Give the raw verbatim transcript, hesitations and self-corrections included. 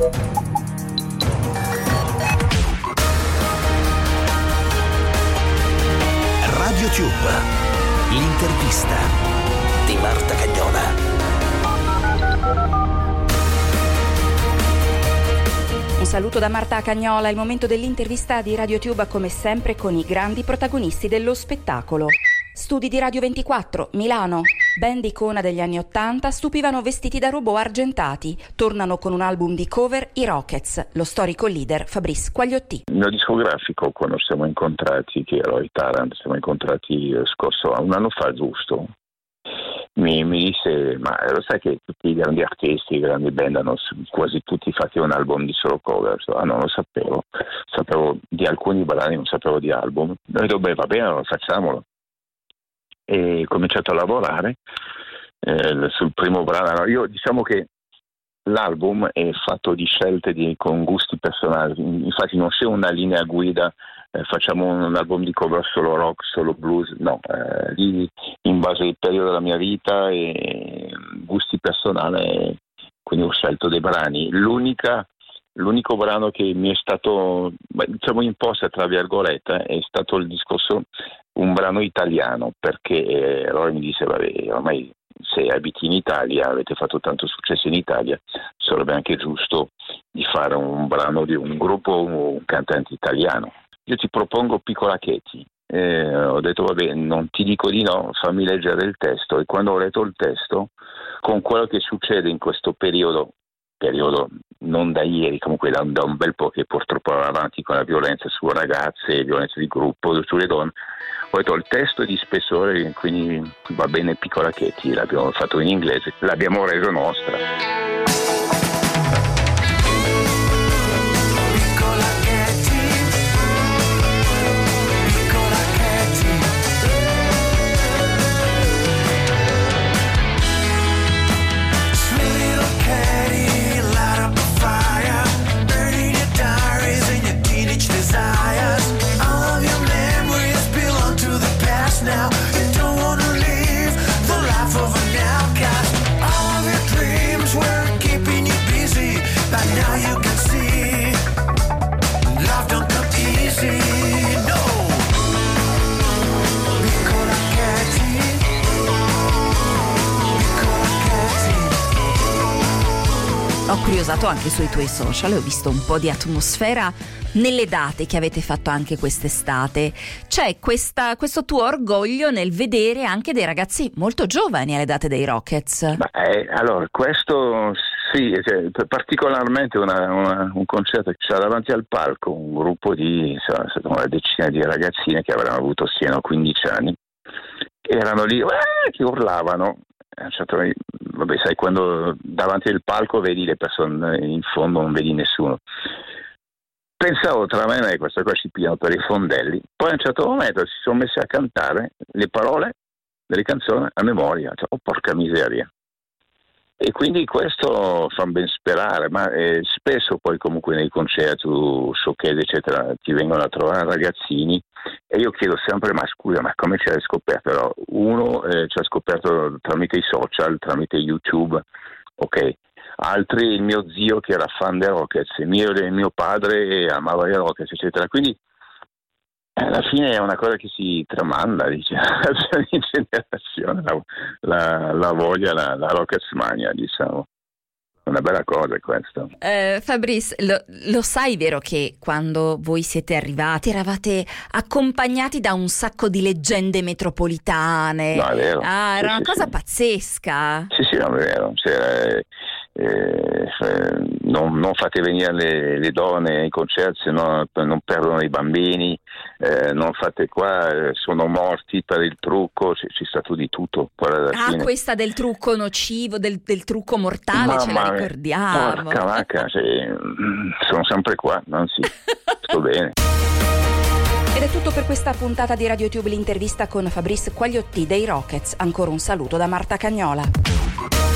RadioTube, l'intervista di Marta Cagnola. Un saluto da Marta Cagnola, il momento dell'intervista di RadioTube come sempre con i grandi protagonisti dello spettacolo. Studi di Radio ventiquattro, Milano. Band icona degli anni Ottanta stupivano vestiti da robot argentati. Tornano con un album di cover, i Rockets, lo storico leader Fabrice Quagliotti. Il mio discografico, quando siamo incontrati, che ero a Taranto, siamo incontrati scorso un anno fa giusto, mi, mi disse, ma lo sai che tutti i grandi artisti, i grandi band hanno quasi tutti fatto un album di solo cover? Ah, non lo sapevo, sapevo di alcuni brani, non sapevo di album. Ho detto, beh, va bene, allora facciamolo. E ho cominciato a lavorare eh, sul primo brano. Io diciamo che l'album è fatto di scelte di, con gusti personali, infatti non c'è una linea guida, eh, facciamo un album di cover solo rock, solo blues, no, eh, lì in base al periodo della mia vita e gusti personali, quindi ho scelto dei brani. L'unica L'unico brano che mi è stato, diciamo, imposto tra virgolette è stato il discorso, un brano italiano, perché eh, allora mi disse, vabbè, ormai se abiti in Italia, avete fatto tanto successo in Italia, sarebbe anche giusto di fare un brano di un gruppo, un cantante italiano. Io ti propongo Piccola Katie. Eh, ho detto, vabbè, non ti dico di no, fammi leggere il testo. E quando ho letto il testo, con quello che succede in questo periodo, periodo non da ieri, comunque da, da un bel po' che purtroppo va avanti con la violenza su ragazze, violenza di gruppo, sulle donne, ho detto il testo è di spessore, quindi va bene Piccola Katie, l'abbiamo fatto in inglese, l'abbiamo reso nostra. Ho curiosato anche sui tuoi social e ho visto un po' di atmosfera nelle date che avete fatto anche quest'estate. C'è questa, questo tuo orgoglio nel vedere anche dei ragazzi molto giovani alle date dei Rockets. Beh, allora, questo sì, cioè, particolarmente una, una, un concerto che c'era davanti al palco, un gruppo di insomma, una decina di ragazzine che avranno avuto siano quindici anni, erano lì eh, che urlavano. Vabbè, sai, quando davanti al palco vedi le persone, in fondo non vedi nessuno. Pensavo tra me e questo qua si pigliano per i fondelli. Poi a un certo momento si sono messi a cantare le parole delle canzoni a memoria. Cioè, oh, porca miseria. E quindi questo fa ben sperare, ma eh, spesso poi comunque nei concerti, showcase eccetera, ti vengono a trovare ragazzini e io chiedo sempre, ma scusa, ma come ci hai scoperto? Però uno eh, ci ha scoperto tramite i social, tramite YouTube, ok. Altri il mio zio che era fan dei Rockets, il mio, il mio padre amava i Rockets eccetera, quindi alla fine è una cosa che si tramanda, dice, di generazione, la, la, la voglia, la, la Rockets mania, diciamo. Una bella cosa è questo. Eh, Fabrice, lo, lo sai vero che quando voi siete arrivati eravate accompagnati da un sacco di leggende metropolitane? No, è vero. Ah, era sì, una sì, cosa sì. pazzesca. Sì, sì, no, è vero. C'era, eh, eh, non, non fate venire le, le donne ai concerti, no, non perdono i bambini, eh, non fate qua, eh, sono morti per il trucco, c'è, c'è stato di tutto. Ah, fine. Questa del trucco nocivo, del, del trucco mortale, Mamma ce la mia, ricordiamo. Porca vacca, cioè, sono sempre qua, anzi, sto bene. Ed è tutto per questa puntata di RadioTube, l'intervista con Fabrice Quagliotti dei Rockets. Ancora un saluto da Marta Cagnola.